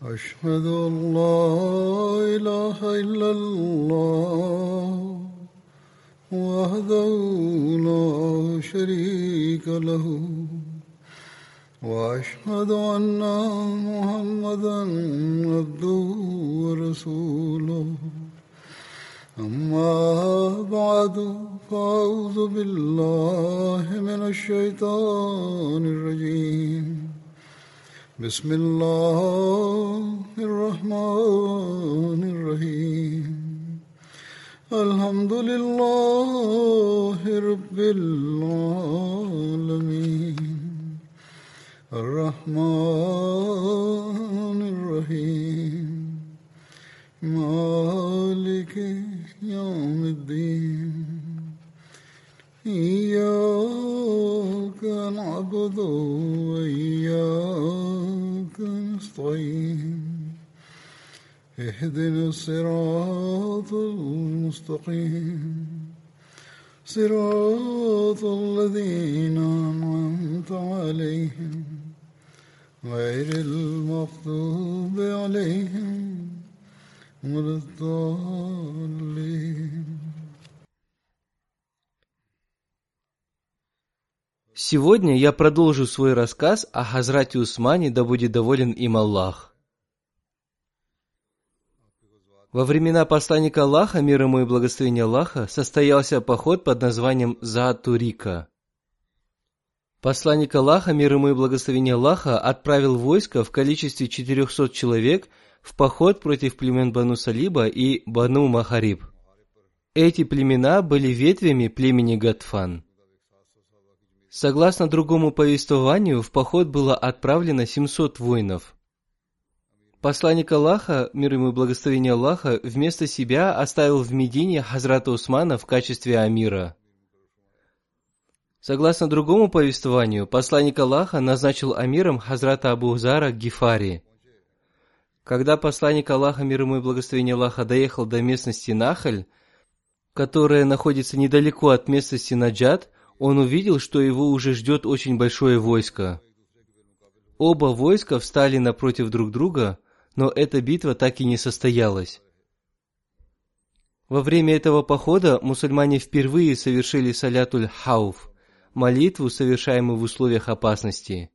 أشهد أن لا إله إلا الله وحده لا شريك له وأشهد أن محمدا عبده ورسوله أما بعد فأعوذ بالله من الشيطان الرجيم بسم الله الرحمن الرحيم الحمد لله رب العالمين الرحمن الرحيم مالك يوم الدين إياك نعبد وإياك نستعين اهدنا الصراط المستقيم صراط الذين أنعمت عليهم غير المغضوب عليهم ولا الضالين. Сегодня я продолжу свой рассказ о Хазрате Усмане, да будет доволен им Аллах. Во времена посланника Аллаха, мир ему и благословение Аллаха, состоялся поход под названием Заат-Турика. Посланник Аллаха, мир ему и благословение Аллаха, отправил войско в количестве 400 человек в поход против племен Бану Салиба и Бану Махариб. Эти племена были ветвями племени Гатфан. Согласно другому повествованию, в поход было отправлено 700 воинов. Посланник Аллаха, мир ему и благословение Аллаха, вместо себя оставил в Медине Хазрата Усмана в качестве амира. Согласно другому повествованию, посланник Аллаха назначил амиром Хазрата Абу Зара Гифари. Когда посланник Аллаха, мир ему и благословение Аллаха, доехал до местности Нахаль, которая находится недалеко от местности Наджад, он увидел, что его уже ждет очень большое войско. Оба войска встали напротив друг друга, но эта битва так и не состоялась. Во время этого похода мусульмане впервые совершили салятуль хауф, молитву, совершаемую в условиях опасности.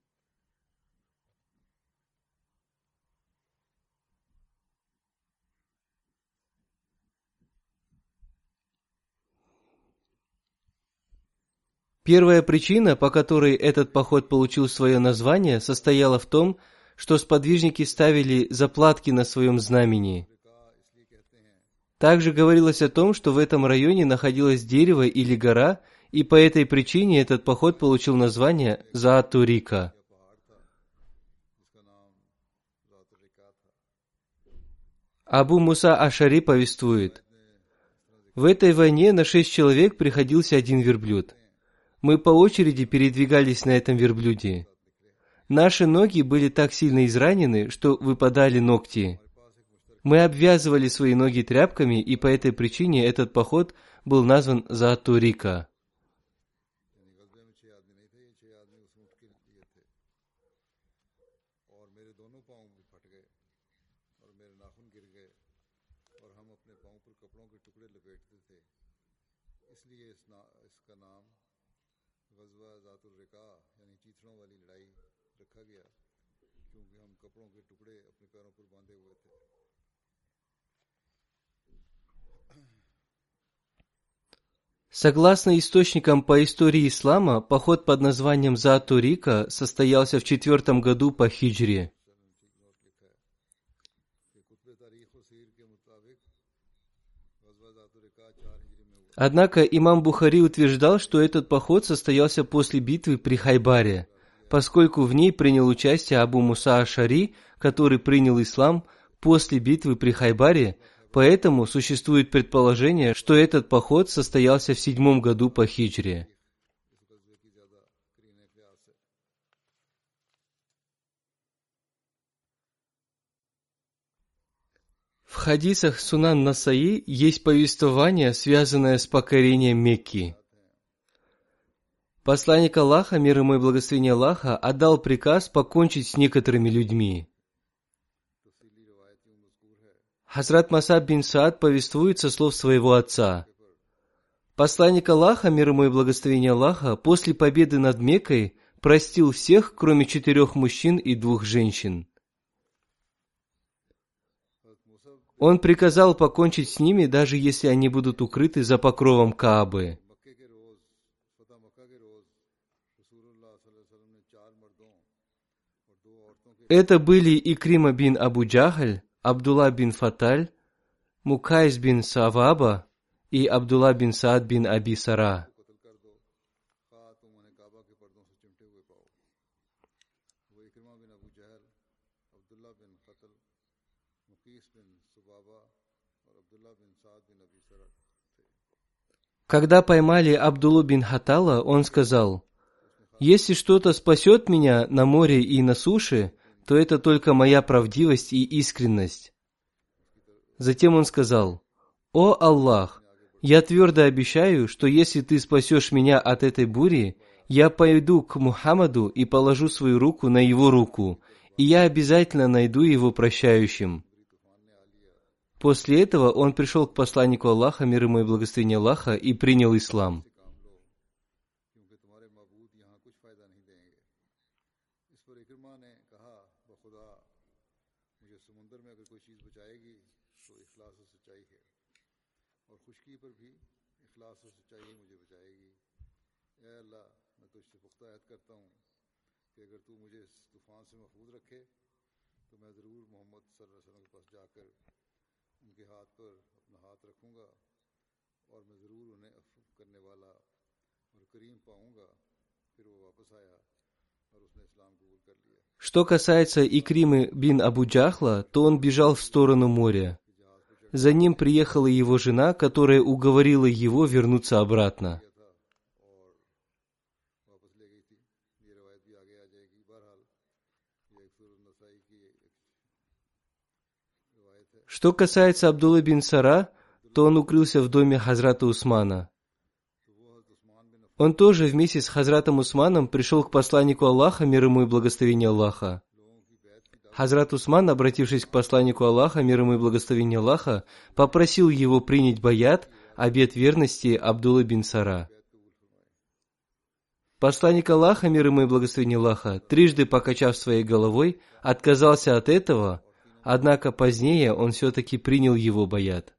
Первая причина, по которой этот поход получил свое название, состояла в том, что сподвижники ставили заплатки на своем знамени. Также говорилось о том, что в этом районе находилось дерево или гора, и по этой причине этот поход получил название Заат-Турика. Абу Муса Ашари повествует: в этой войне на 6 человек приходился один верблюд. Мы по очереди передвигались на этом верблюде. Наши ноги были так сильно изранены, что выпадали ногти. Мы обвязывали свои ноги тряпками, и по этой причине этот поход был назван Заат-Турика. Согласно источникам по истории ислама, поход под названием Заат-Турика состоялся в 4 году по хиджре. Однако имам Бухари утверждал, что этот поход состоялся после битвы при Хайбаре, поскольку в ней принял участие Абу Муса Ашари, который принял ислам после битвы при Хайбаре, поэтому существует предположение, что этот поход состоялся в 7 году по хиджре. В хадисах Сунан Насаи есть повествование, связанное с покорением Мекки. Посланник Аллаха, мир ему и благословение Аллаха, отдал приказ покончить с некоторыми людьми. Хазрат Масаб бин Саад повествует со слов своего отца. Посланник Аллаха, мир ему и благословение Аллаха, после победы над Меккой простил всех, кроме 4 мужчин и 2 женщин. Он приказал покончить с ними, даже если они будут укрыты за покровом Каабы. Это были Икрима бин Абу Джахаль, Абдулла бин Фаталь, Мукайс бин Саваба и Абдулла бин Саад бин Аби Сара. Когда поймали Абдуллу бин Хатала, он сказал: «Если что-то спасет меня на море и на суше, то это только моя правдивость и искренность». Затем он сказал: «О Аллах, я твердо обещаю, что если ты спасешь меня от этой бури, я пойду к Мухаммаду и положу свою руку на его руку, и я обязательно найду его прощающим». После этого он пришел к посланнику Аллаха, мир ему и благословение Аллаха, и принял ислам. Что касается Икримы бин Абу Джахла, то он бежал в сторону моря. За ним приехала его жена, которая уговорила его вернуться обратно. Что касается Абдуллы бин Сара, то он укрылся в доме Хазрата Усмана. Он тоже вместе с Хазратом Усманом пришел к посланнику Аллаха, мир ему и благословение Аллаха. Хазрат Усман, обратившись к посланнику Аллаха, мир ему и благословение Аллаха, попросил его принять баят, обет верности Абдуллы бин Сара. Посланник Аллаха, мир ему и благословение Аллаха, трижды покачав своей головой, отказался от этого, однако позднее он все-таки принял его баят.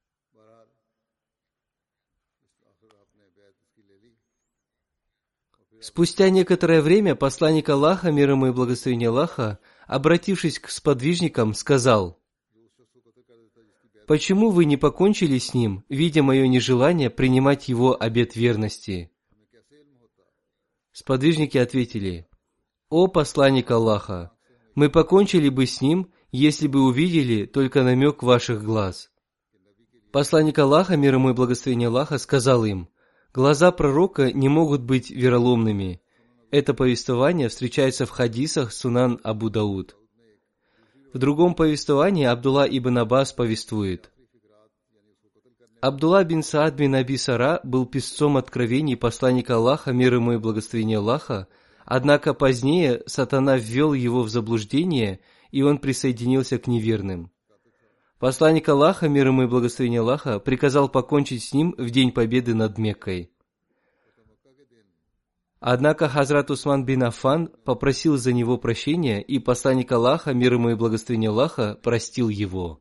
Спустя некоторое время посланник Аллаха, мир ему и благословение Аллаха, обратившись к сподвижникам, сказал: «Почему вы не покончили с ним, видя мое нежелание принимать его обет верности?» Сподвижники ответили: «О посланник Аллаха, мы покончили бы с ним, если бы увидели только намек ваших глаз». Посланник Аллаха, мир ему и благословение Аллаха, сказал им: «Глаза пророка не могут быть вероломными». Это повествование встречается в хадисах Сунан Абу Дауд. В другом повествовании Абдулла ибн Аббас повествует: Абдулла бин Саад бин Аби Сара был писцом откровений посланника Аллаха, мир ему и благословение Аллаха, однако позднее сатана ввел его в заблуждение, и он присоединился к неверным. Посланник Аллаха, мир ему и благословение Аллаха, приказал покончить с ним в день победы над Меккой. Однако Хазрат Усман бин Аффан попросил за него прощения, и посланник Аллаха, мир ему и благословение Аллаха, простил его.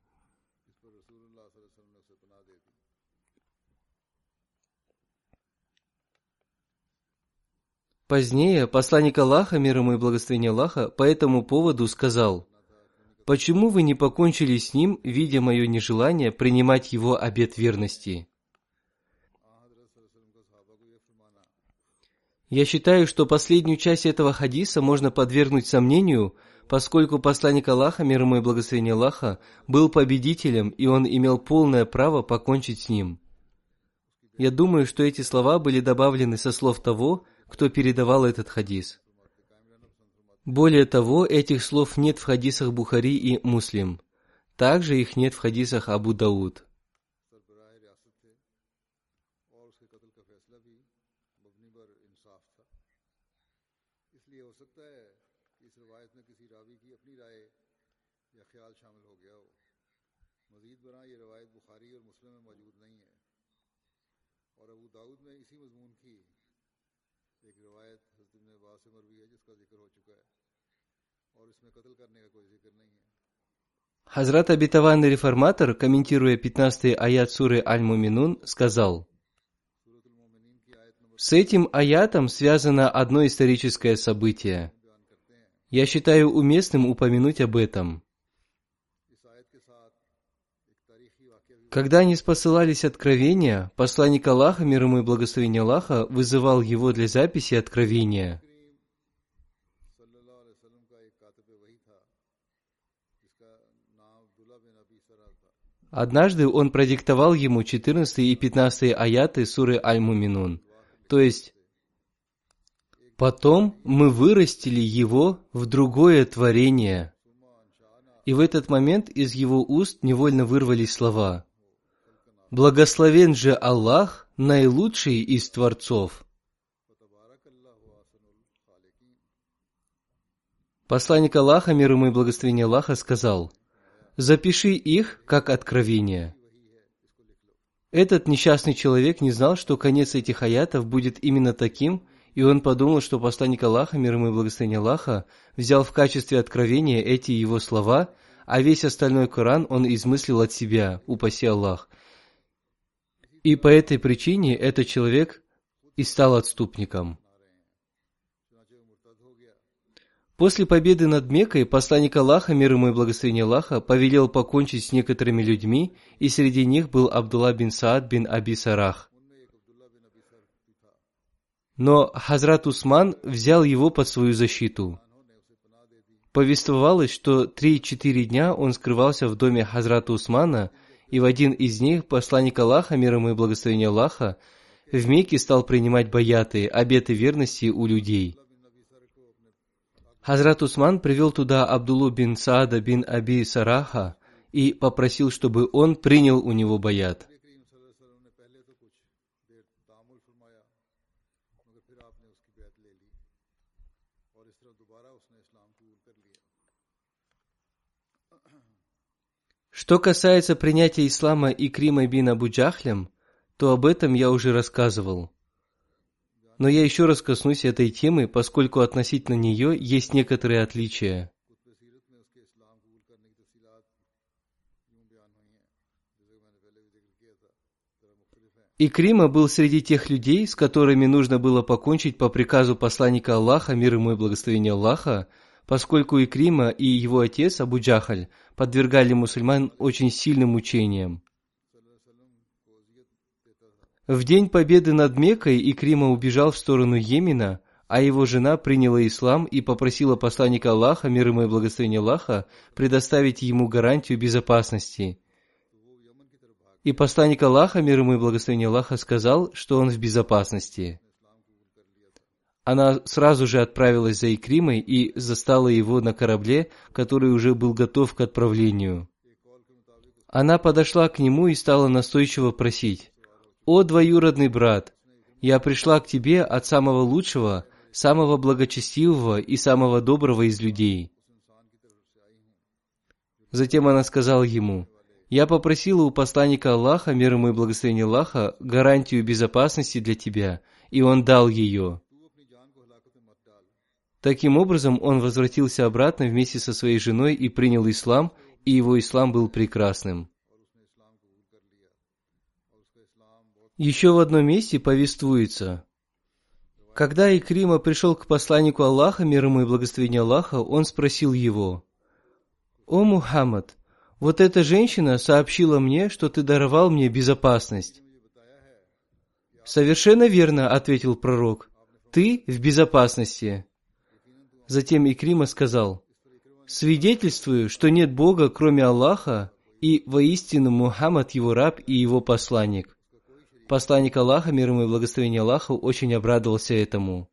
Позднее посланник Аллаха, мир ему и благословение Аллаха, по этому поводу сказал: «Почему вы не покончили с ним, видя мое нежелание принимать его обет верности?» Я считаю, что последнюю часть этого хадиса можно подвергнуть сомнению, поскольку посланник Аллаха, мир ему и благословение Аллаха, был победителем, и он имел полное право покончить с ним. Я думаю, что эти слова были добавлены со слов того, кто передавал этот хадис. Более того, этих слов нет в хадисах Бухари и Муслим. Также их нет в хадисах Абу Дауд. Хазрат обетованный реформатор, комментируя 15-й аят суры Аль-Муминун, сказал: с этим аятом связано одно историческое событие. Я считаю уместным упомянуть об этом. Когда не спосылались откровения, посланник Аллаха, мир ему и благословение Аллаха, вызывал его для записи откровения. Однажды он продиктовал ему 14 и 15 аяты суры Аль-Муминун, то есть «Потом мы вырастили его в другое творение». И в этот момент из его уст невольно вырвались слова: «Благословен же Аллах, наилучший из творцов». Посланник Аллаха, мир ему и благословение Аллаха, сказал: «Запиши их как откровение». Этот несчастный человек не знал, что конец этих аятов будет именно таким, и он подумал, что посланник Аллаха, мир ему и благословение Аллаха, взял в качестве откровения эти его слова, а весь остальной Коран он измыслил от себя, упаси Аллах. И по этой причине этот человек и стал отступником. После победы над Меккой посланник Аллаха, мир ему и благословение Аллаха, повелел покончить с некоторыми людьми, и среди них был Абдулла бин Саад бин Аби Сарах. Но Хазрат Усман взял его под свою защиту. Повествовалось, что 3-4 дня он скрывался в доме Хазрата Усмана, и в один из них посланник Аллаха, мир ему и благословение Аллаха, в Мекке стал принимать баяты, обеты верности у людей. Хазрат Усман привел туда Абдуллу бин Саада бин Аби Сараха и попросил, чтобы он принял у него баят. Что касается принятия ислама Икримой бин Абу Джахлем, то об этом я уже рассказывал. Но я еще раз коснусь этой темы, поскольку относительно нее есть некоторые отличия. Икрима был среди тех людей, с которыми нужно было покончить по приказу посланника Аллаха, мир ему и благословение Аллаха, поскольку Икрима и его отец Абу Джахаль подвергали мусульман очень сильным мучениям. В день победы над Меккой Икрима убежал в сторону Йемена, а его жена приняла ислам и попросила посланника Аллаха, мир ему и благословение Аллаха, предоставить ему гарантию безопасности. И посланник Аллаха, мир ему и благословение Аллаха, сказал, что он в безопасности. Она сразу же отправилась за Икримой и застала его на корабле, который уже был готов к отправлению. Она подошла к нему и стала настойчиво просить: «О, двоюродный брат, я пришла к тебе от самого лучшего, самого благочестивого и самого доброго из людей». Затем она сказала ему: «Я попросила у посланника Аллаха, мир ему и благословение Аллаха, гарантию безопасности для тебя, и он дал ее». Таким образом, он возвратился обратно вместе со своей женой и принял ислам, и его ислам был прекрасным. Еще в одном месте повествуется: когда Икрима пришел к посланнику Аллаха, мир ему и благословение Аллаха, он спросил его: «О Мухаммад, вот эта женщина сообщила мне, что ты даровал мне безопасность». «Совершенно верно», — ответил пророк, — «ты в безопасности». Затем Икрима сказал: «Свидетельствую, что нет Бога, кроме Аллаха, и воистину Мухаммад его раб и его посланник». Посланник Аллаха, мир ему и благословение Аллаха, очень обрадовался этому.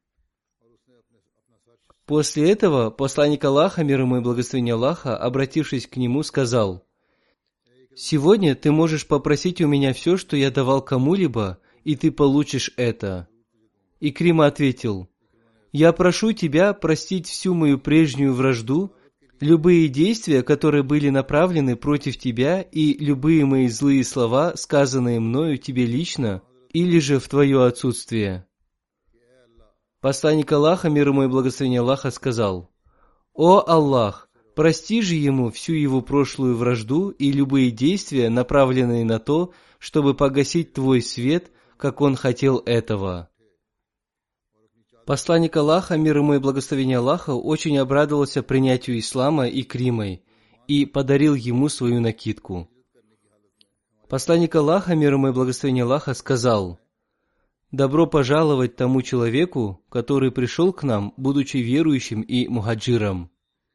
После этого посланник Аллаха, мир ему и благословение Аллаха, обратившись к нему, сказал: «Сегодня ты можешь попросить у меня все, что я давал кому-либо, и ты получишь это». Икрима ответил: «Я прошу тебя простить всю мою прежнюю вражду, любые действия, которые были направлены против тебя, и любые мои злые слова, сказанные мною тебе лично, или же в твое отсутствие». Посланник Аллаха, мир ему и благословение Аллаха, сказал: «О Аллах, прости же ему всю его прошлую вражду и любые действия, направленные на то, чтобы погасить твой свет, как он хотел этого». Посланник Аллаха, мир ему и благословение Аллаха, очень обрадовался принятию ислама Икримой и подарил ему свою накидку. Посланник Аллаха, мир ему и благословение Аллаха, сказал: «Добро пожаловать тому человеку, который пришел к нам, будучи верующим и мухаджиром».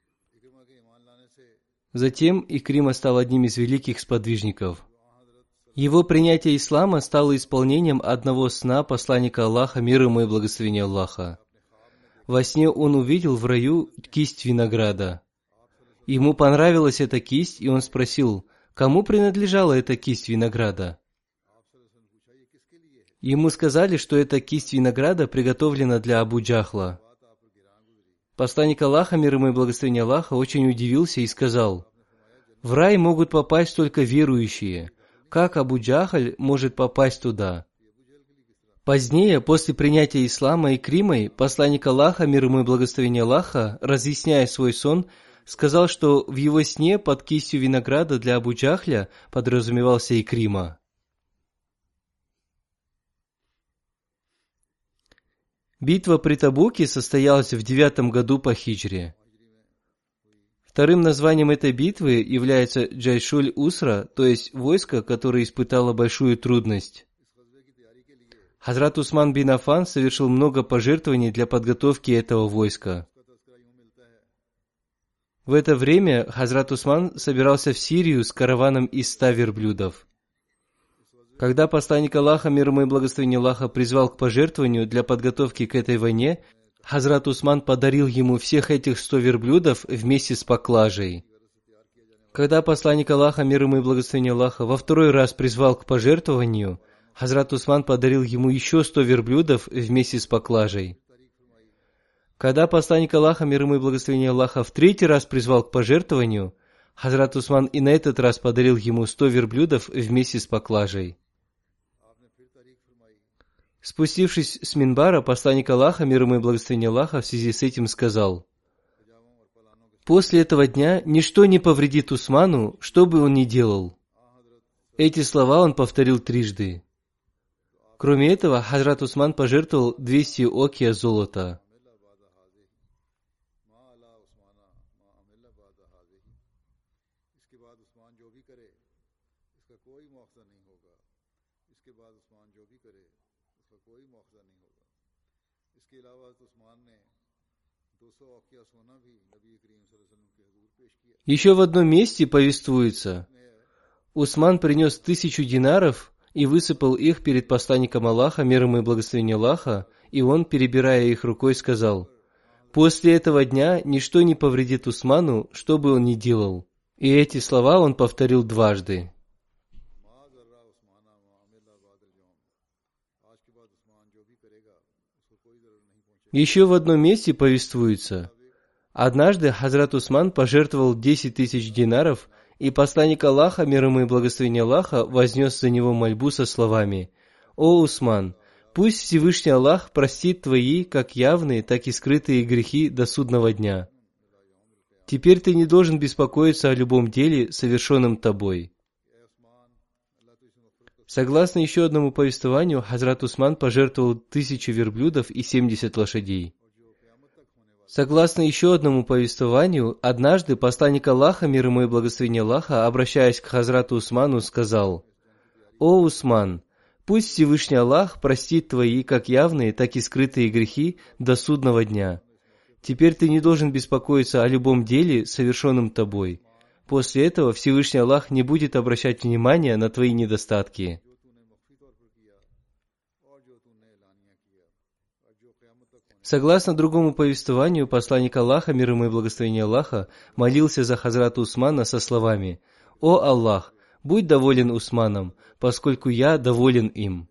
Затем Икрима стал одним из великих сподвижников. Его принятие ислама стало исполнением одного сна посланника Аллаха, мир ему и благословение Аллаха. Во сне он увидел в раю кисть винограда. Ему понравилась эта кисть, и он спросил, кому принадлежала эта кисть винограда. Ему сказали, что эта кисть винограда приготовлена для Абу Джахла. Посланник Аллаха, мир ему и благословение Аллаха, очень удивился и сказал: «В рай могут попасть только верующие. Как Абу Джахль может попасть туда?» Позднее, после принятия ислама Икримой, посланник Аллаха, мир ему и благословение Аллаха, разъясняя свой сон, сказал, что в его сне под кистью винограда для Абу Джахля подразумевался Икрима. Битва при Табуке состоялась в 9 году по хиджре. Вторым названием этой битвы является Джайшуль-Усра, то есть войско, которое испытало большую трудность. Хазрат Усман бин Аффан совершил много пожертвований для подготовки этого войска. В это время Хазрат Усман собирался в Сирию с караваном из 100 верблюдов. Когда посланник Аллаха, мир ему и благословение Аллаха, призвал к пожертвованию для подготовки к этой войне, Хазрат Усман подарил ему всех этих 100 верблюдов вместе с поклажей. Когда посланник Аллаха, мир ему и благословение Аллаха, во второй раз призвал к пожертвованию, Хазрат Усман подарил ему еще 100 верблюдов вместе с поклажей. Когда посланник Аллаха, мир ему и благословение Аллаха, в третий раз призвал к пожертвованию, Хазрат Усман и на этот раз подарил ему 100 верблюдов вместе с поклажей. Спустившись с минбара, посланник Аллаха, мир ему и благословение Аллаха, в связи с этим сказал: «После этого дня ничто не повредит Усману, что бы он ни делал». Эти слова он повторил трижды. Кроме этого, Хазрат Усман пожертвовал 200 окия золота. Еще в одном месте повествуется: Усман принес 1000 динаров и высыпал их перед посланником Аллаха, мир ему и благословение Аллаха, и он, перебирая их рукой, сказал: «После этого дня ничто не повредит Усману, что бы он ни делал». И эти слова он повторил дважды. Еще в одном месте повествуется: однажды Хазрат Усман пожертвовал 10 000 динаров, и посланник Аллаха, мир ему и благословение Аллаха, вознес за него мольбу со словами: «О Усман, пусть Всевышний Аллах простит твои как явные, так и скрытые грехи до судного дня. Теперь ты не должен беспокоиться о любом деле, совершенном тобой». Согласно еще одному повествованию, Хазрат Усман пожертвовал 1000 верблюдов и 70 лошадей. Согласно еще одному повествованию, однажды посланник Аллаха, мир ему и благословение Аллаха, обращаясь к Хазрату Усману, сказал: «О Усман, пусть Всевышний Аллах простит твои как явные, так и скрытые грехи до судного дня. Теперь ты не должен беспокоиться о любом деле, совершенном тобой. После этого Всевышний Аллах не будет обращать внимания на твои недостатки». Согласно другому повествованию, посланник Аллаха, мир ему и благословение Аллаха, молился за Хазрата Усмана со словами: «О Аллах, будь доволен Усманом, поскольку я доволен им».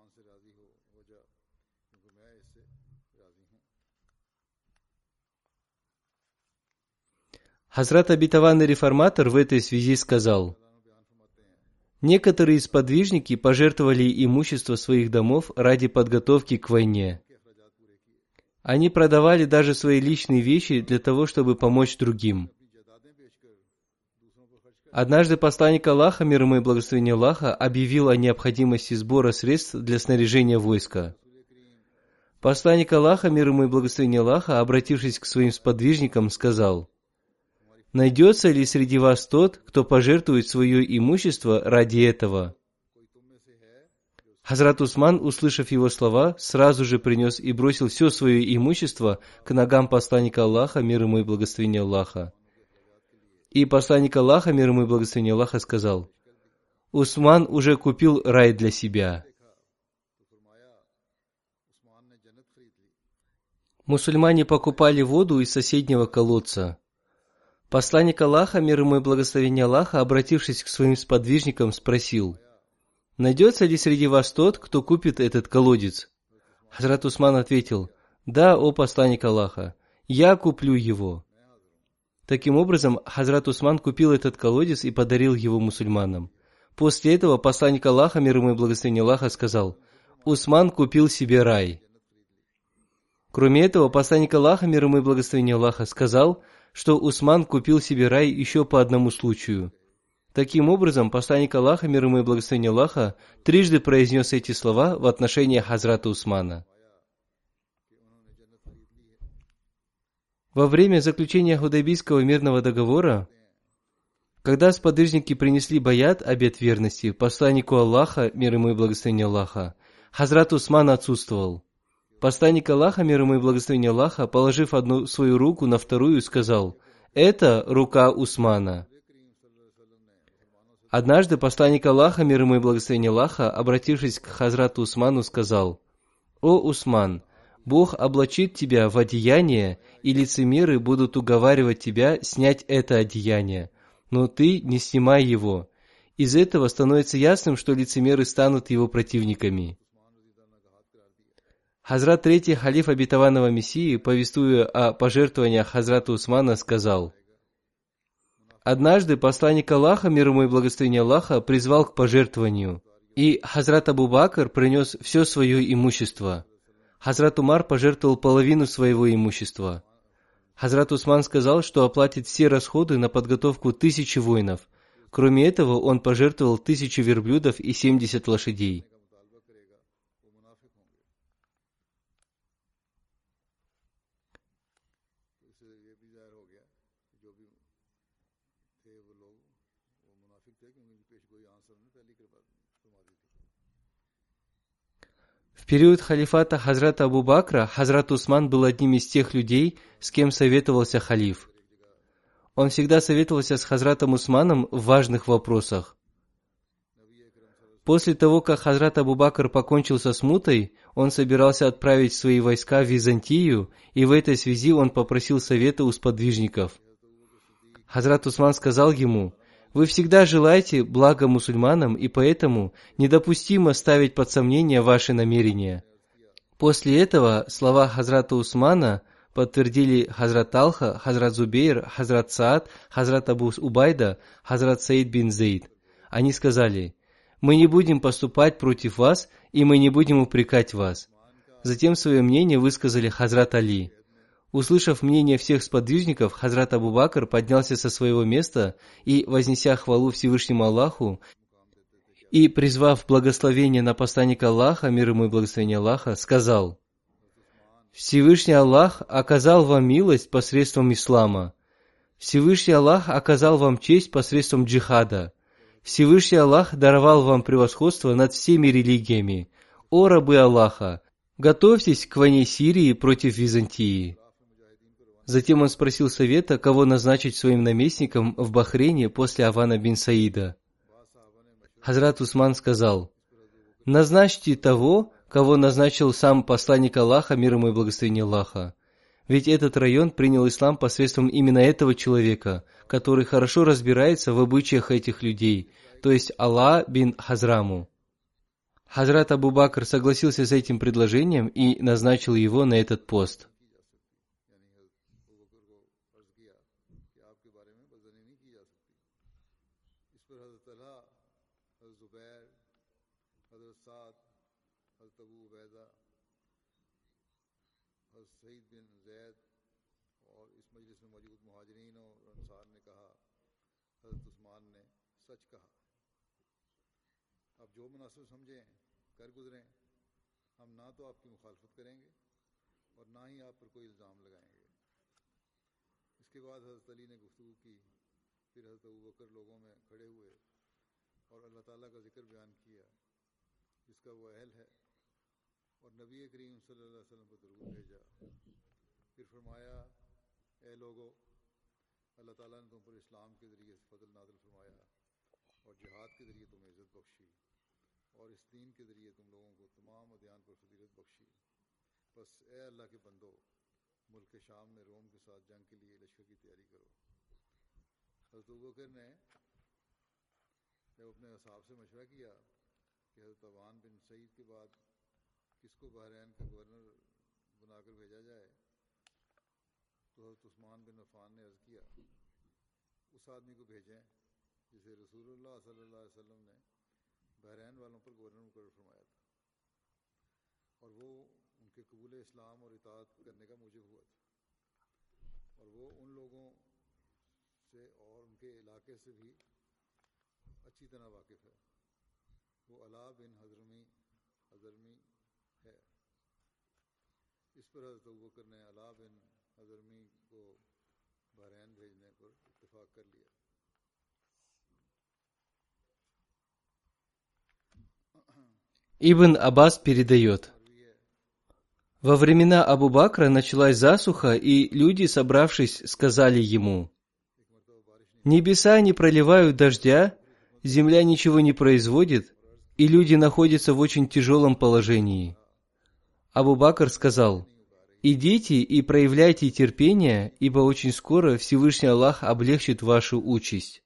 Хазрат обетованный реформатор в этой связи сказал: некоторые сподвижники пожертвовали имущество своих домов ради подготовки к войне. Они продавали даже свои личные вещи для того, чтобы помочь другим. Однажды посланник Аллаха, мир ему и благословение Аллаха, объявил о необходимости сбора средств для снаряжения войска. Посланник Аллаха, мир ему и благословение Аллаха, обратившись к своим сподвижникам, сказал: найдется ли среди вас тот, кто пожертвует свое имущество ради этого? Хазрат Усман, услышав его слова, сразу же принес и бросил все свое имущество к ногам посланника Аллаха, мир ему и благословение Аллаха. И посланник Аллаха, мир ему и благословение Аллаха, сказал: Усман уже купил рай для себя. Мусульмане покупали воду из соседнего колодца. Посланник Аллаха, мир ему и благословение Аллаха, обратившись к своим сподвижникам, спросил: найдется ли среди вас тот, кто купит этот колодец? Хазрат Усман ответил: да, о посланник Аллаха, я куплю его. Таким образом, Хазрат Усман купил этот колодец и подарил его мусульманам. После этого посланник Аллаха, мир ему и благословение Аллаха, сказал: Усман купил себе рай. Кроме этого, посланник Аллаха, мир ему и благословение Аллаха, сказал, что Усман купил себе рай еще по одному случаю. Таким образом, посланник Аллаха, мир ему и благословение Аллаха, трижды произнес эти слова в отношении Хазрата Усмана. Во время заключения Худайбийского мирного договора, когда сподвижники принесли баят, обет верности, посланнику Аллаха, мир ему и благословение Аллаха, Хазрат Усман отсутствовал. Посланник Аллаха, мир ему и благословение Аллаха, положив одну свою руку на вторую, сказал: это рука Усмана. Однажды посланник Аллаха, мир ему и благословение Аллаха, обратившись к Хазрату Усману, сказал: о Усман, Бог облачит тебя в одеяние, и лицемеры будут уговаривать тебя снять это одеяние, но ты не снимай его. Из этого становится ясным, что лицемеры станут его противниками. Хазрат третий халиф обетованного Мессии, повествуя о пожертвованиях Хазрата Усмана, сказал: однажды посланник Аллаха, мир ему и благословение Аллаха, призвал к пожертвованию, и Хазрат Абу Бакр принес все свое имущество. Хазрат Умар пожертвовал половину своего имущества. Хазрат Усман сказал, что оплатит все расходы на подготовку 1000 воинов. Кроме этого, он пожертвовал 1000 верблюдов и 70 лошадей. В период халифата Хазрата Абу Бакра Хазрат Усман был одним из тех людей, с кем советовался халиф. Он всегда советовался с Хазратом Усманом в важных вопросах. После того, как Хазрат Абу Бакр покончил со смутой, он собирался отправить свои войска в Византию, и в этой связи он попросил совета у сподвижников. Хазрат Усман сказал ему: вы всегда желаете блага мусульманам, и поэтому недопустимо ставить под сомнение ваши намерения. После этого слова Хазрата Усмана подтвердили Хазрат Алха, Хазрат Зубейр, Хазрат Саад, Хазрат Абу Убайда, Хазрат Саид бин Зейд. Они сказали: мы не будем поступать против вас, и мы не будем упрекать вас. Затем свое мнение высказали Хазрат Али. Услышав мнение всех сподвижников, Хазрат Абу Бакр поднялся со своего места и, вознеся хвалу Всевышнему Аллаху и призвав благословение на посланника Аллаха, мир ему и благословение Аллаха, сказал: Всевышний Аллах оказал вам милость посредством ислама. Всевышний Аллах оказал вам честь посредством джихада. Всевышний Аллах даровал вам превосходство над всеми религиями. О рабы Аллаха, готовьтесь к войне Сирии против Византии. Затем он спросил совета, кого назначить своим наместником в Бахрейне после Авана бин Саида. Хазрат Усман сказал: назначьте того, кого назначил сам посланник Аллаха, мир ему и благословение Аллаха. Ведь этот район принял ислам посредством именно этого человека, который хорошо разбирается в обычаях этих людей, то есть Алла бин Хазраму. Хазрат Абу Бакр согласился с этим предложением и назначил его на этот пост. Ибн Аббас передает: во времена Абу Бакра началась засуха, и люди, собравшись, сказали ему: небеса не проливают дождя, земля ничего не производит, и люди находятся в очень тяжелом положении. Абу Бакр сказал: идите и проявляйте терпение, ибо очень скоро Всевышний Аллах облегчит вашу участь.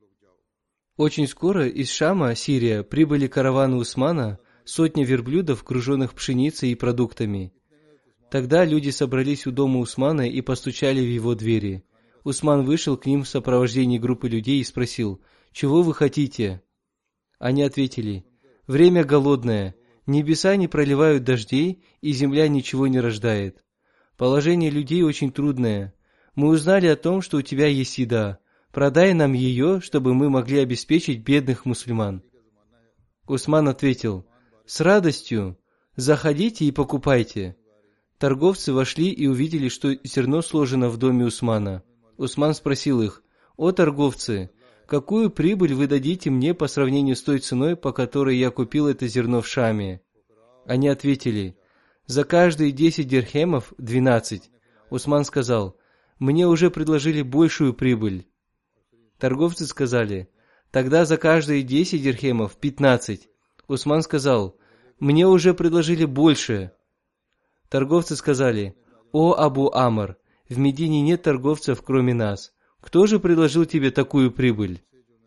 Очень скоро из Шама, Сирия, прибыли караваны Усмана, сотни верблюдов, груженных пшеницей и продуктами. Тогда люди собрались у дома Усмана и постучали в его двери. Усман вышел к ним в сопровождении группы людей и спросил: «Чего вы хотите?» Они ответили: «Время голодное, небеса не проливают дождей, и земля ничего не рождает. Положение людей очень трудное. Мы узнали о том, что у тебя есть еда. Продай нам ее, чтобы мы могли обеспечить бедных мусульман». Усман ответил: «С радостью, заходите и покупайте». Торговцы вошли и увидели, что зерно сложено в доме Усмана. Усман спросил их: «О торговцы, какую прибыль вы дадите мне по сравнению с той ценой, по которой я купил это зерно в Шаме?» Они ответили: «За каждые 10 дирхемов 12». Усман сказал: «Мне уже предложили большую прибыль». Торговцы сказали: «Тогда за каждые 10 дирхемов 15». Усман сказал: «Мне уже предложили больше». Торговцы сказали: «О Абу Амр, в Медине нет торговцев, кроме нас. Кто же предложил тебе такую прибыль?»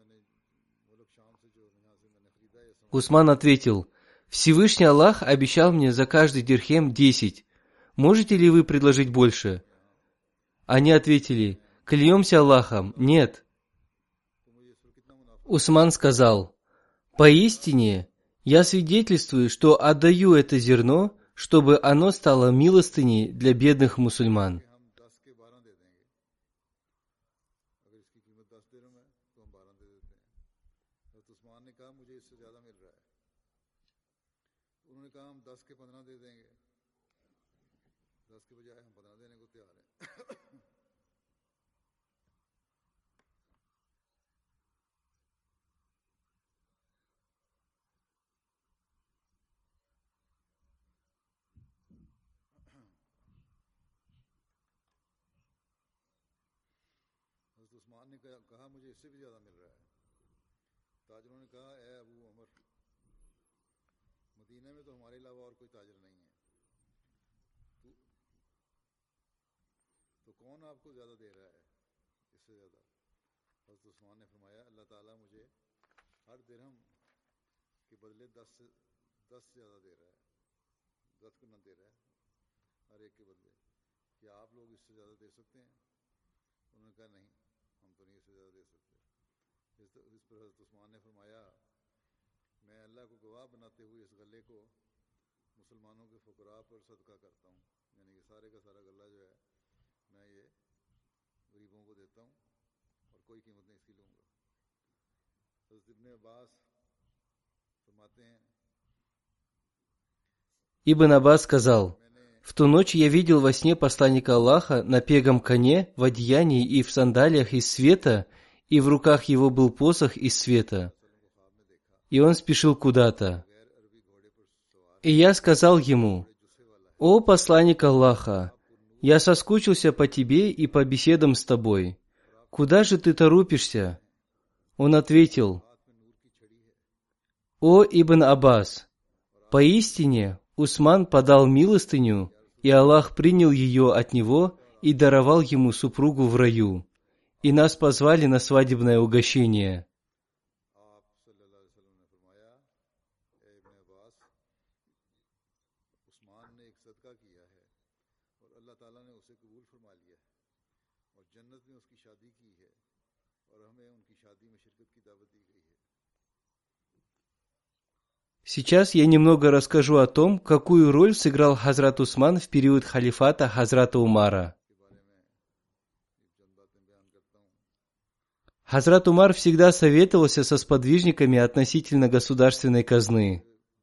Усман ответил: «Всевышний Аллах обещал мне за каждый дирхем 10. Можете ли вы предложить больше?» Они ответили: «Клянемся Аллахом, нет». Усман сказал: «Поистине, я свидетельствую, что отдаю это зерно, чтобы оно стало милостыней для бедных мусульман». Ибн Аббас сказал: «В ту ночь я видел во сне посланника Аллаха на пегом коне, в одеянии и в сандалиях из света, и в руках его был посох из света. И он спешил куда-то. И я сказал ему: «О посланник Аллаха, я соскучился по тебе и по беседам с тобой. Куда же ты торопишься?» Он ответил: «О Ибн Аббас, поистине Усман подал милостыню, и Аллах принял ее от него и даровал ему супругу в раю, и нас позвали на свадебное угощение». Сейчас я немного расскажу о том, какую роль сыграл Хазрат Усман в период халифата Хазрата Умара. Хазрат Умар всегда советовался со сподвижниками относительно государственной казны.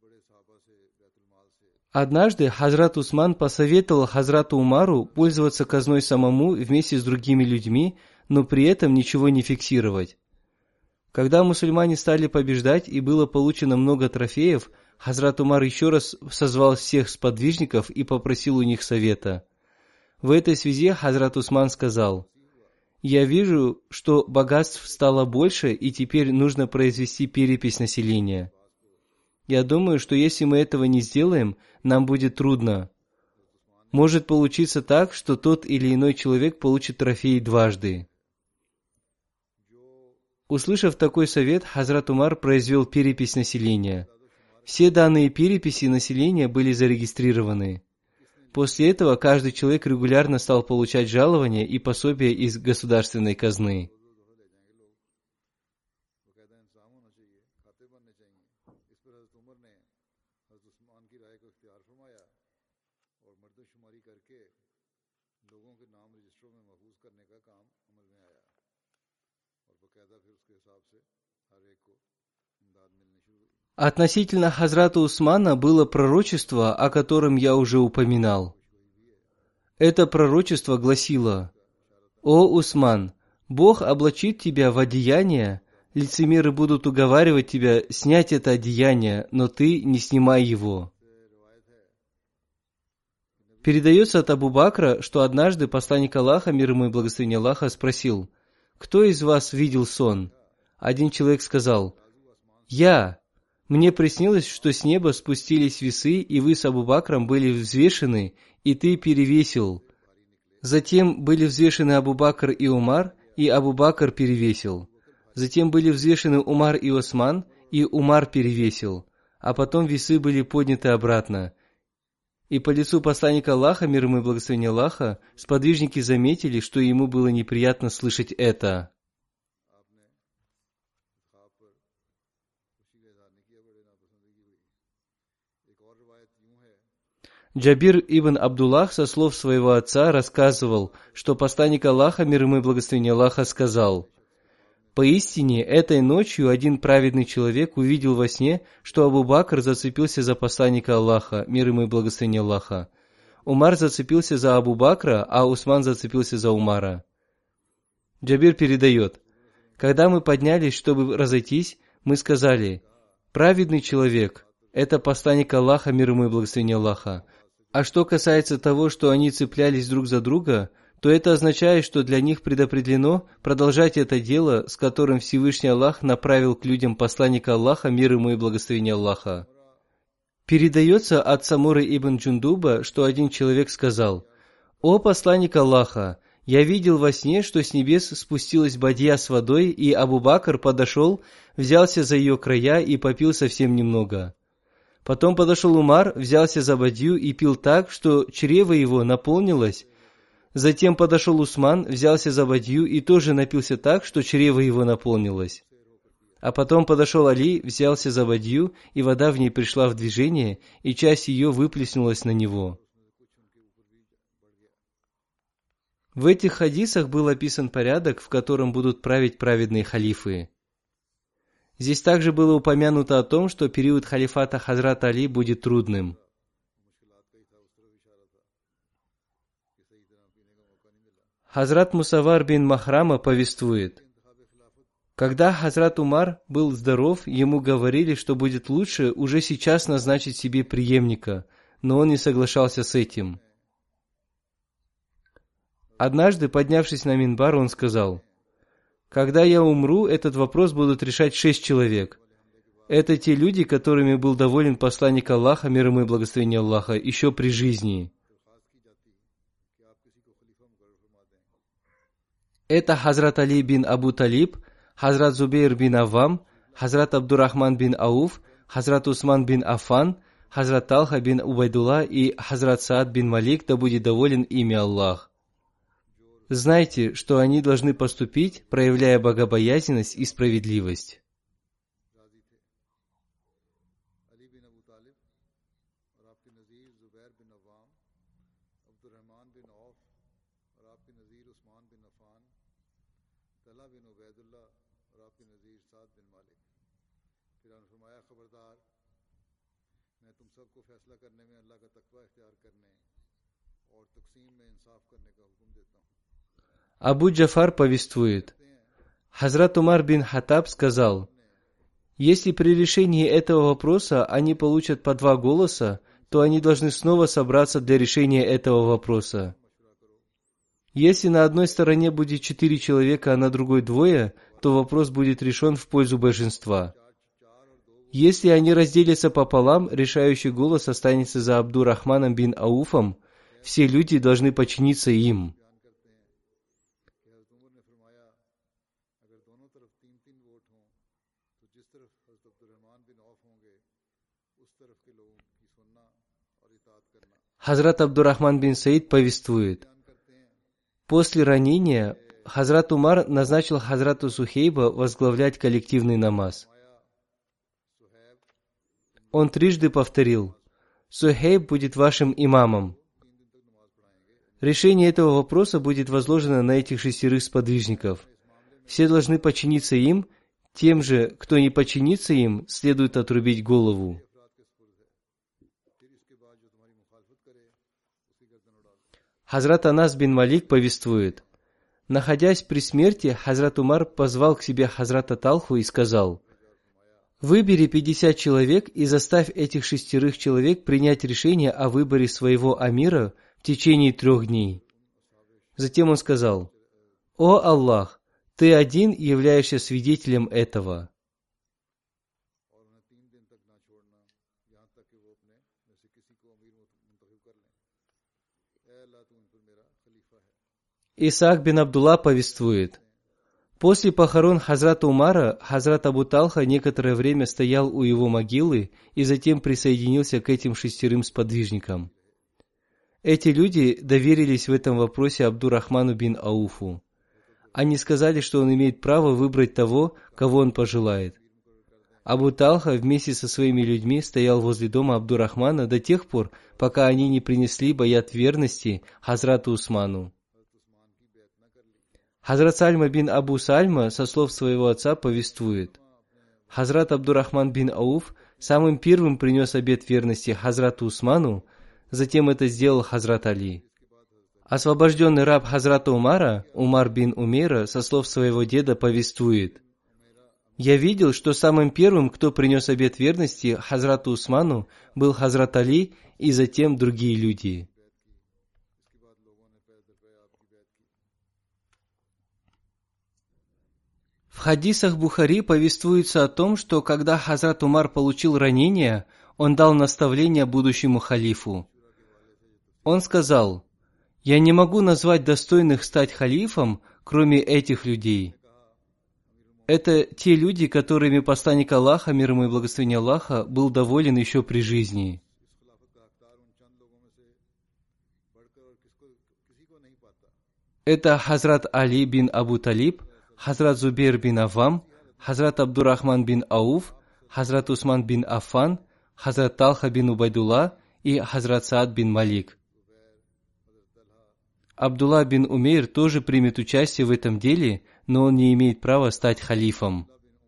Однажды Хазрат Усман посоветовал Хазрату Умару пользоваться казной самому вместе с другими людьми, но при этом ничего не фиксировать. Когда мусульмане стали побеждать и было получено много трофеев, Хазрат Умар еще раз созвал всех сподвижников и попросил у них совета. В этой связи Хазрат Усман сказал: «Я вижу, что богатств стало больше, и теперь нужно произвести перепись населения. Я думаю, что если мы этого не сделаем, нам будет трудно. Может получиться так, что тот или иной человек получит трофеи дважды». Услышав такой совет, Хазрат Умар произвел перепись населения. Все данные переписи населения были зарегистрированы. После этого каждый человек регулярно стал получать жалования и пособия из государственной казны. Относительно Хазрата Усмана было пророчество, о котором я уже упоминал. Это пророчество гласило: «О Усман, Бог облачит тебя в одеяние, лицемеры будут уговаривать тебя снять это одеяние, но ты не снимай его». Передается от Абу Бакра, что однажды посланник Аллаха, мир ему и благословение Аллаха, спросил: «Кто из вас видел сон?» Один человек сказал: «Я. Мне приснилось, что с неба спустились весы, и вы с Абу Бакром были взвешены, и ты перевесил. Затем были взвешены Абу Бакр и Умар, и Абу Бакр перевесил. Затем были взвешены Умар и Осман, и Умар перевесил. А потом весы были подняты обратно. И по лицу посланника Аллаха, мир ему и благословение Аллаха, сподвижники заметили, что ему было неприятно слышать это». Джабир ибн Абдуллах со слов своего отца рассказывал, что посланник Аллаха, мир ему и благословение Аллаха, сказал: «Поистине, этой ночью один праведный человек увидел во сне, что Абу Бакр зацепился за посланника Аллаха, мир ему и благословение Аллаха. Умар зацепился за Абу Бакра, а Усман зацепился за Умара». Джабир передает: «Когда мы поднялись, чтобы разойтись, мы сказали: праведный человек – это посланник Аллаха, мир ему и благословение Аллаха. А что касается того, что они цеплялись друг за друга, то это означает, что для них предопределено продолжать это дело, с которым Всевышний Аллах направил к людям посланника Аллаха, мир ему и благословение Аллаха». Передается от Самуры ибн Джундуба, что один человек сказал: «О посланник Аллаха, я видел во сне, что с небес спустилась бадья с водой, и Абу Бакр подошел, взялся за ее края и попил совсем немного. Потом подошел Умар, взялся за бадью и пил так, что чрево его наполнилось. Затем подошел Усман, взялся за бадью и тоже напился так, что чрево его наполнилось. А потом подошел Али, взялся за бадью, и вода в ней пришла в движение, и часть ее выплеснулась на него. В этих хадисах был описан порядок, в котором будут править праведные халифы. Здесь также было упомянуто о том, что период халифата Хазрата Али будет трудным. Хазрат Мусавар бин Махрама повествует: когда Хазрат Умар был здоров, ему говорили, что будет лучше уже сейчас назначить себе преемника, но он не соглашался с этим. Однажды, поднявшись на минбар, он сказал: когда я умру, этот вопрос будут решать 6 человек. Это те люди, которыми был доволен посланник Аллаха, мир ему и благословение Аллаха, еще при жизни. Это Хазрат Али бин Абу Талиб, Хазрат Зубейр бин Аввам, Хазрат Абдурахман бин Ауф, Хазрат Усман бин Аффан, Хазрат Талха бин Убайдулла и Хазрат Саад бин Малик, да будет доволен ими Аллах. Знайте, что они должны поступить, проявляя богобоязненность и справедливость. Абу Джафар повествует: Хазрат Умар бин Хаттаб сказал: если при решении этого вопроса они получат по 2 голоса, то они должны снова собраться для решения этого вопроса. Если на одной стороне будет 4 человека, а на другой 2, то вопрос будет решен в пользу большинства. Если они разделятся пополам, решающий голос останется за Абдурахманом бин Ауфом, все люди должны подчиниться им. Хазрат Абдурахман бин Саид повествует: после ранения Хазрат Умар назначил Хазрату Сухейба возглавлять коллективный намаз. Он трижды повторил: Сухейб будет вашим имамом. Решение этого вопроса будет возложено на этих 6 сподвижников. Все должны подчиниться им, тем же, кто не подчинится им, следует отрубить голову. Хазрат Анас бин Малик повествует: находясь при смерти, Хазрат Умар позвал к себе Хазрата Талху и сказал: выбери 50 человек и заставь этих 6 человек принять решение о выборе своего амира в течение 3 дней. Затем он сказал: о Аллах, ты один являешься свидетелем этого. Исаак бин Абдулла повествует: после похорон Хазрата Умара, Хазрат Абу Талха некоторое время стоял у его могилы и затем присоединился к этим 6 сподвижникам. Эти люди доверились в этом вопросе Абдурахману бин Ауфу. Они сказали, что он имеет право выбрать того, кого он пожелает. Абу Талха вместе со своими людьми стоял возле дома Абдурахмана до тех пор, пока они не принесли баят верности Хазрату Усману. Хазрат Сальма бин Абу Сальма со слов своего отца повествует: Хазрат Абдурахман бин Ауф самым первым принес обет верности Хазрату Усману, затем это сделал Хазрат Али. Освобожденный раб Хазрата Умара, Умар бин Умейра, со слов своего деда повествует: я видел, что самым первым, кто принес обет верности Хазрату Усману, был Хазрат Али и затем другие люди. В хадисах Бухари повествуется о том, что когда Хазрат Умар получил ранение, он дал наставление будущему халифу. Он сказал: «Я не могу назвать достойных стать халифом, кроме этих людей». Это те люди, которыми посланник Аллаха, мир ему и благословение Аллаха, был доволен еще при жизни. Это Хазрат Али бин Абу Талиб, Хазрат Зубейр бин Авам, Хазрат Абдурахман бин Ауф, Хазрат Усман бин Аффан, Хазрат Талха бин Убайдулла и Хазрат Саад бин Малик. Абдулла бин Умейр тоже примет участие в этом деле, но он не имеет права стать халифом.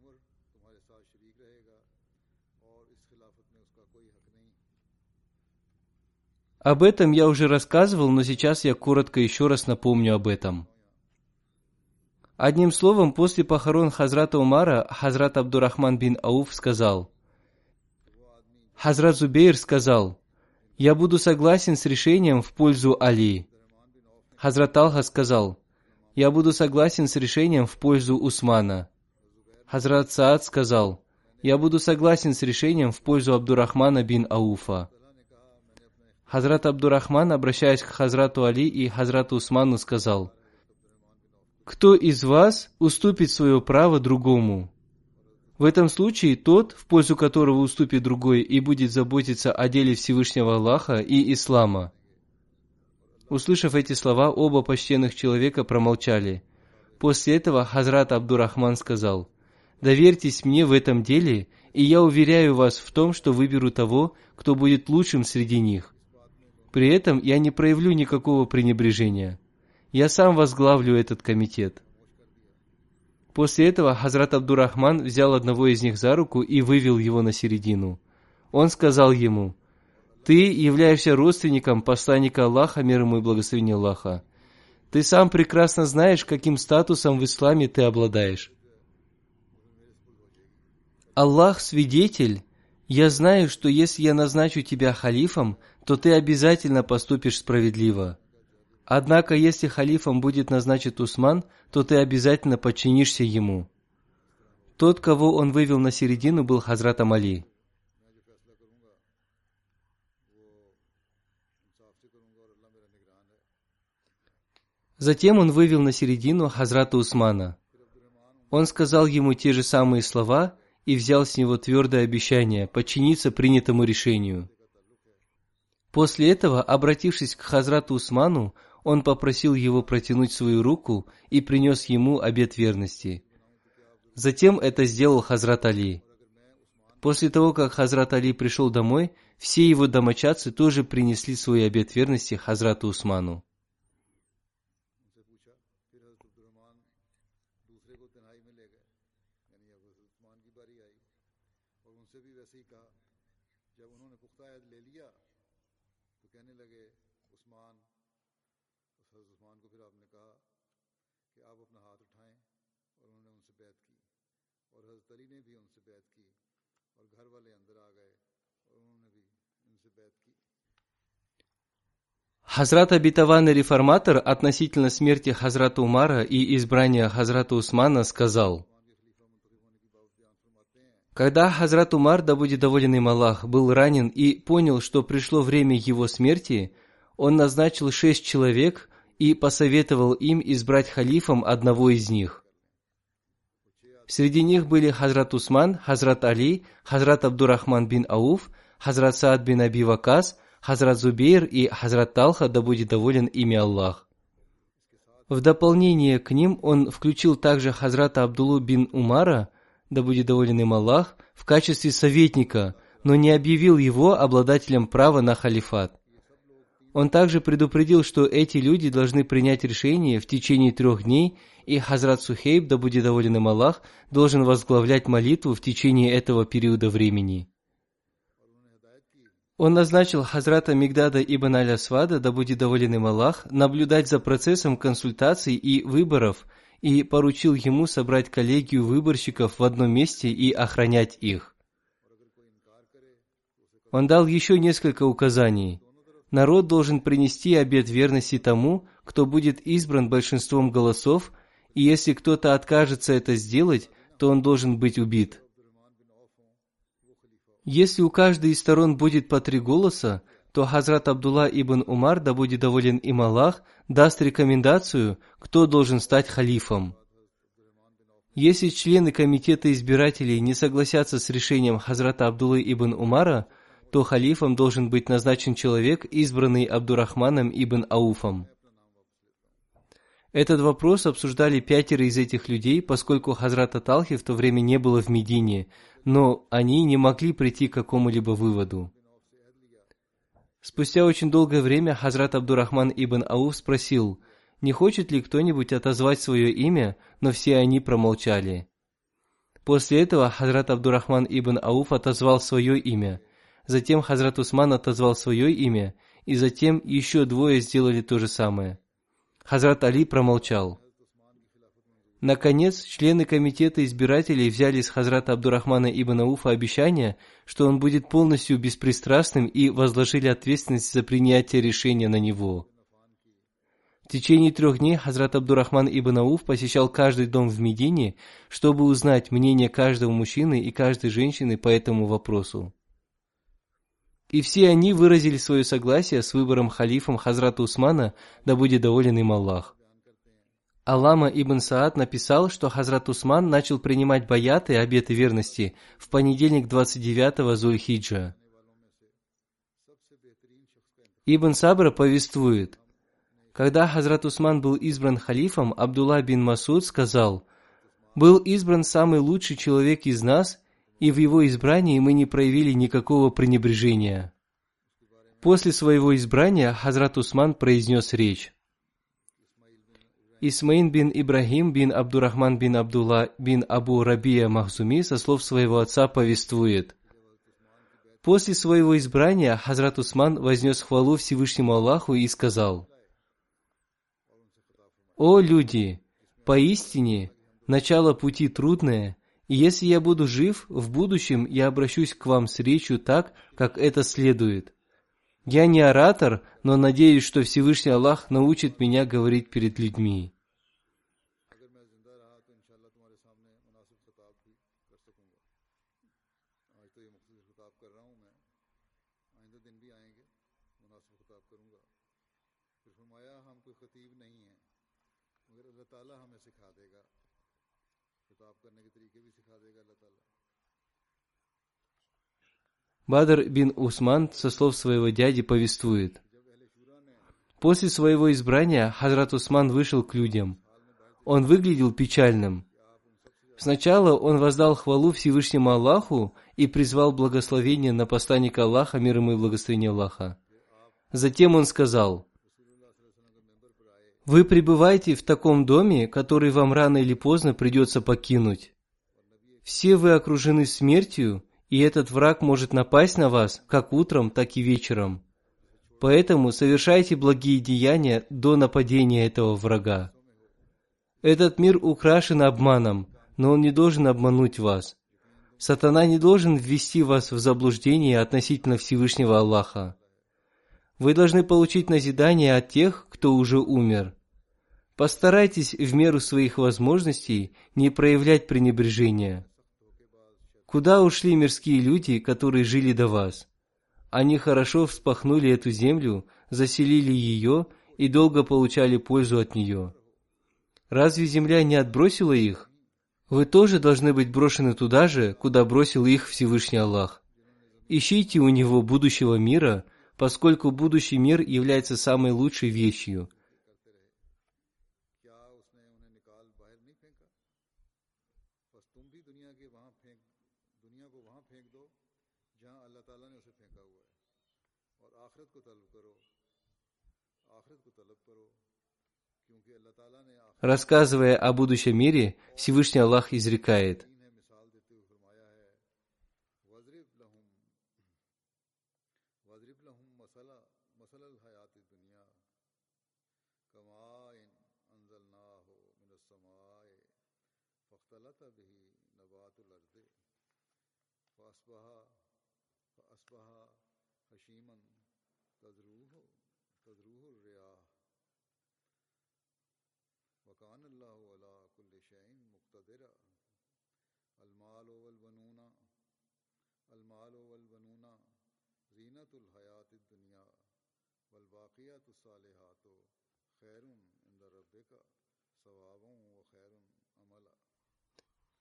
Об этом я уже рассказывал, но сейчас я коротко еще раз напомню об этом. Одним словом, после похорон Хазрата Умара, Хазрат Абдурахман бин Ауф сказал: Хазрат Зубейр сказал: «Я буду согласен с решением в пользу Али». Хазрат Талха сказал: «Я буду согласен с решением в пользу Усмана». Хазрат Саад сказал: «Я буду согласен с решением в пользу Абдурахмана бин Ауфа». Хазрат Абдурахман, обращаясь к Хазрату Али и Хазрату Усману, сказал: «Кто из вас уступит свое право другому?» В этом случае тот, в пользу которого уступит другой и будет заботиться о деле Всевышнего Аллаха и Ислама. Услышав эти слова, оба почтенных человека промолчали. После этого Хазрат Абдурахман сказал: «Доверьтесь мне в этом деле, и я уверяю вас в том, что выберу того, кто будет лучшим среди них. При этом я не проявлю никакого пренебрежения. Я сам возглавлю этот комитет». После этого Хазрат Абдурахман взял одного из них за руку и вывел его на середину. Он сказал ему: «Ты являешься родственником посланника Аллаха, мир ему и благословение Аллаха. Ты сам прекрасно знаешь, каким статусом в исламе ты обладаешь. Аллах свидетель, я знаю, что если я назначу тебя халифом, то ты обязательно поступишь справедливо. Однако, если халифом будет назначен Усман, то ты обязательно подчинишься ему». Тот, кого он вывел на середину, был Хазратом Али. Затем он вывел на середину Хазрата Усмана. Он сказал ему те же самые слова и взял с него твердое обещание подчиниться принятому решению. После этого, обратившись к Хазрату Усману, он попросил его протянуть свою руку и принес ему обет верности. Затем это сделал Хазрат Али. После того, как Хазрат Али пришел домой, все его домочадцы тоже принесли свой обет верности Хазрату Усману. Хазрат обетованный реформатор относительно смерти Хазрата Умара и избрания Хазрата Усмана сказал: «Когда Хазрат Умар, да будет доволен им Аллах, был ранен и понял, что пришло время его смерти, он назначил 6 человек и посоветовал им избрать халифом одного из них. Среди них были Хазрат Усман, Хазрат Али, Хазрат Абдурахман бин Ауф, Хазрат Саад бин Аби Вакас, Хазрат Зубейр и Хазрат Талха, да будет доволен ими Аллах. В дополнение к ним он включил также Хазрата Абдуллу бин Умара, да будет доволен им Аллах, в качестве советника, но не объявил его обладателем права на халифат. Он также предупредил, что эти люди должны принять решение в течение 3 дней, и Хазрат Сухейб, да будет доволен им Аллах, должен возглавлять молитву в течение этого периода времени. Он назначил Хазрата Мигдада ибн Аль-Асвада, да будет доволен им Аллах, наблюдать за процессом консультаций и выборов, и поручил ему собрать коллегию выборщиков в одном месте и охранять их. Он дал еще несколько указаний. Народ должен принести обет верности тому, кто будет избран большинством голосов, и если кто-то откажется это сделать, то он должен быть убит. Если у каждой из сторон будет по 3 голоса, то Хазрат Абдулла ибн Умар, да будет доволен им Аллах, даст рекомендацию, кто должен стать халифом. Если члены комитета избирателей не согласятся с решением Хазрата Абдуллы ибн Умара, то халифом должен быть назначен человек, избранный Абдурахманом ибн Ауфом. Этот вопрос обсуждали 5 из этих людей, поскольку Хазрата Талхи в то время не было в Медине, но они не могли прийти к какому-либо выводу. Спустя очень долгое время Хазрат Абдурахман ибн Ауф спросил, не хочет ли кто-нибудь отозвать свое имя, но все они промолчали. После этого Хазрат Абдурахман ибн Ауф отозвал свое имя, затем Хазрат Усман отозвал свое имя, и затем еще 2 сделали то же самое. Хазрат Али промолчал. Наконец, члены комитета избирателей взяли с Хазрата Абдурахмана ибн Ауфа обещание, что он будет полностью беспристрастным, и возложили ответственность за принятие решения на него. В течение 3 дней Хазрат Абдурахман ибн Ауф посещал каждый дом в Медине, чтобы узнать мнение каждого мужчины и каждой женщины по этому вопросу. И все они выразили свое согласие с выбором халифом Хазрата Усмана, да будет доволен им Аллах. Аллама ибн Саад написал, что Хазрат Усман начал принимать баяты и обеты верности в понедельник 29-го Зуль-Хиджа. Ибн Сабра повествует, когда Хазрат Усман был избран халифом, Абдулла бин Масуд сказал, «Был избран самый лучший человек из нас, и в его избрании мы не проявили никакого пренебрежения». После своего избрания Хазрат Усман произнес речь. Исмаил бин Ибрахим бин Абдурахман бин Абдулла бин Абу Рабия Махзуми со слов своего отца повествует. После своего избрания Хазрат Усман вознес хвалу Всевышнему Аллаху и сказал, «О люди! Поистине, начало пути трудное, и если я буду жив, в будущем я обращусь к вам с речью так, как это следует. Я не оратор, но надеюсь, что Всевышний Аллах научит меня говорить перед людьми». Бадр бин Усман со слов своего дяди повествует. После своего избрания Хазрат Усман вышел к людям. Он выглядел печальным. Сначала он воздал хвалу Всевышнему Аллаху и призвал благословение на посланника Аллаха, мир ему и благословение Аллаха. Затем он сказал, «Вы пребываете в таком доме, который вам рано или поздно придется покинуть. Все вы окружены смертью, и этот враг может напасть на вас как утром, так и вечером. Поэтому совершайте благие деяния до нападения этого врага. Этот мир украшен обманом, но он не должен обмануть вас. Сатана не должен ввести вас в заблуждение относительно Всевышнего Аллаха. Вы должны получить назидание от тех, кто уже умер. Постарайтесь в меру своих возможностей не проявлять пренебрежения. Куда ушли мирские люди, которые жили до вас? Они хорошо вспахнули эту землю, заселили ее и долго получали пользу от нее. Разве земля не отбросила их? Вы тоже должны быть брошены туда же, куда бросил их Всевышний Аллах. Ищите у него будущего мира, поскольку будущий мир является самой лучшей вещью. Рассказывая о будущем мире, Всевышний Аллах изрекает.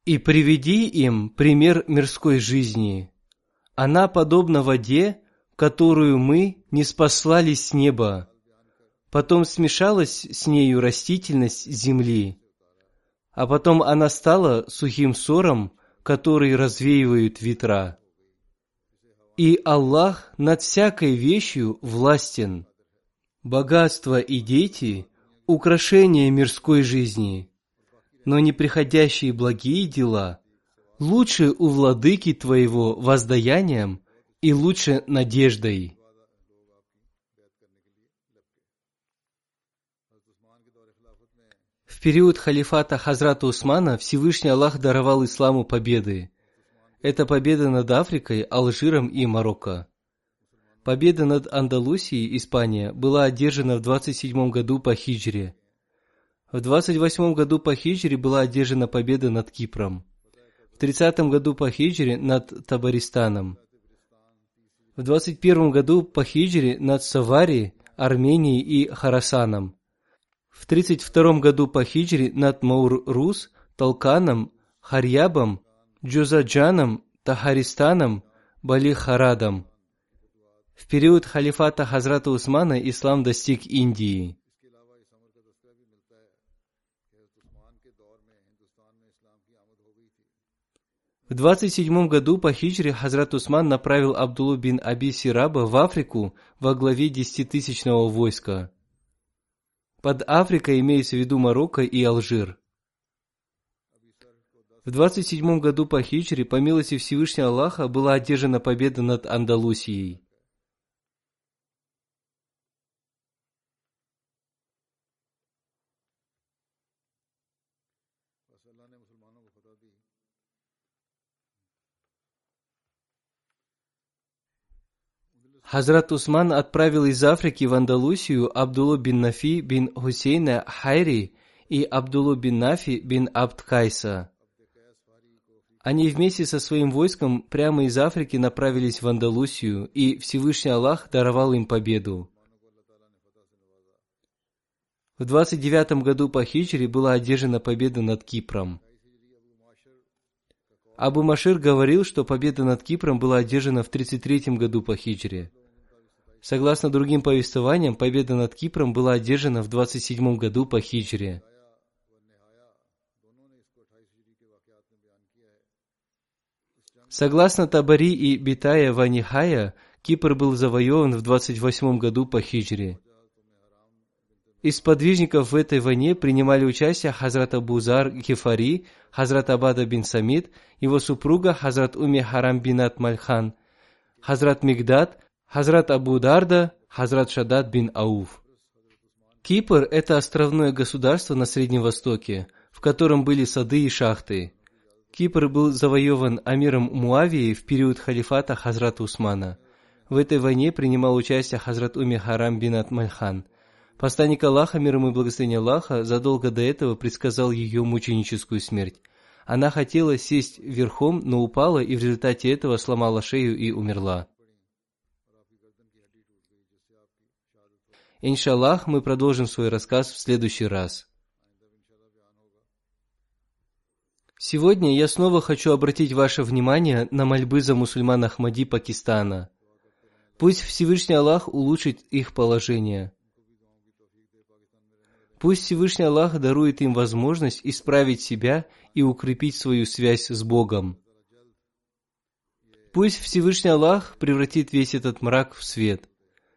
И приведи им пример мирской жизни. Она подобна воде, которую мы ниспослали с неба. Потом смешалась с нею растительность земли, а потом она стала сухим сором, который развеивают ветра. И Аллах над всякой вещью властен. Богатство и дети – украшение мирской жизни, но неприходящие благие дела лучше у владыки твоего воздаянием и лучше надеждой. В период халифата Хазрата Усмана Всевышний Аллах даровал исламу победы. Это победа над Африкой, Алжиром и Марокко. Победа над Андалусией, Испания, была одержана в 27 году по хиджре. В 28 году по хиджре была одержана победа над Кипром. В 30 году по хиджре над Табаристаном. В 21 году по хиджре над Савари, Арменией и Хорасаном. В 32 году по хиджре над Маур-Рус, Талканом, Харьябом, Джузаджаном, Тахаристаном, Бали-Харадом. В период халифата Хазрата Усмана ислам достиг Индии. В 27 году по хиджре Хазрат Усман направил Абдуллу бин Аби Сираба в Африку во главе 10-тысячного войска. Под Африкой имеется в виду Марокко и Алжир. В 27 году по хиджре, по милости Всевышнего Аллаха, была одержана победа над Андалусией. Хазрат Усман отправил из Африки в Андалусию Абдуллу бин Нафи бин Хусейна Хайри и Абдуллу бин Нафи бин Абд Кайса. Они вместе со своим войском прямо из Африки направились в Андалусию, и Всевышний Аллах даровал им победу. В 29 году по хиджре была одержана победа над Кипром. Абу Машир говорил, что победа над Кипром была одержана в 33 году по хиджре. Согласно другим повествованиям, победа над Кипром была одержана в 27 году по хиджре. Согласно Табари и Битая Ванихая, Кипр был завоеван в 28 году по хиджре. Из сподвижников в этой войне принимали участие Хазрат Абу Зар Гифари, Хазрат Абада бин Самид, его супруга Хазрат Уми Харам бинат Мальхан, Хазрат Мигдад, Хазрат Абу Дарда, Хазрат Шадад бин Ауф. Кипр – это островное государство на Среднем Востоке, в котором были сады и шахты. Кипр был завоеван амиром Муавии в период халифата Хазрата Усмана. В этой войне принимал участие Хазрат Уми Харам бинат Мальхан. Посланник Аллаха, мир ему и благословение Аллаха, задолго до этого предсказал ее мученическую смерть. Она хотела сесть верхом, но упала и в результате этого сломала шею и умерла. Иншаллах, мы продолжим свой рассказ в следующий раз. Сегодня я снова хочу обратить ваше внимание на мольбы за мусульман Ахмади Пакистана. Пусть Всевышний Аллах улучшит их положение. Пусть Всевышний Аллах дарует им возможность исправить себя и укрепить свою связь с Богом. Пусть Всевышний Аллах превратит весь этот мрак в свет.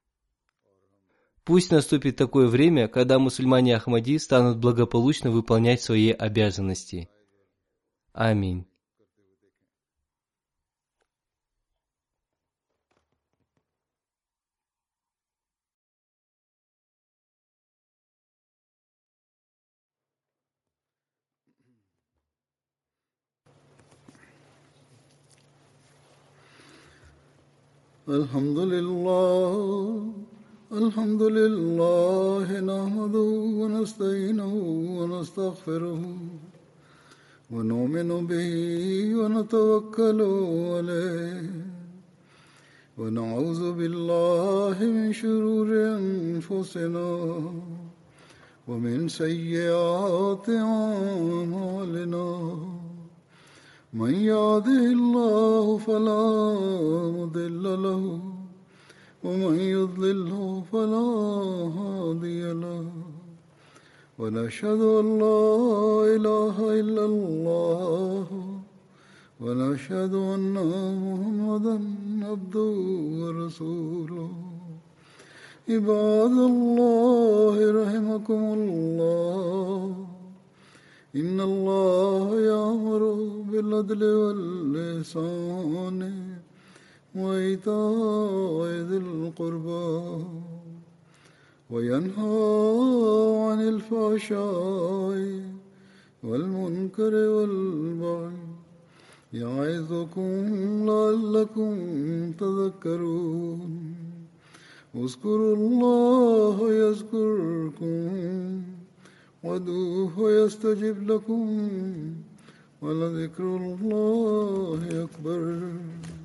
Пусть наступит такое время, когда мусульмане Ахмади станут благополучно выполнять свои обязанности. Аминь. الحمد لله نحمده ونستعينه ونستغفره ونؤمن به ونتوكل عليه ونعوذ بالله من شرور أنفسنا ومن سيئات أعمالنا من يهده الله فلا مضل له ومن يضلله فلا هادي له ونشهد أن لا إله إلا الله ونشهد أن محمدا عبده ورسوله عباد الله رحمكم الله إن الله يأمر بالعدل والإحسان وإيتاء ذي القربى وينهى عن الفحشاء والمنكر والبغي يعظكم لعلكم تذكرون اذكروا الله يذكركم وادعوه يستجب لكم ولذكر الله أكبر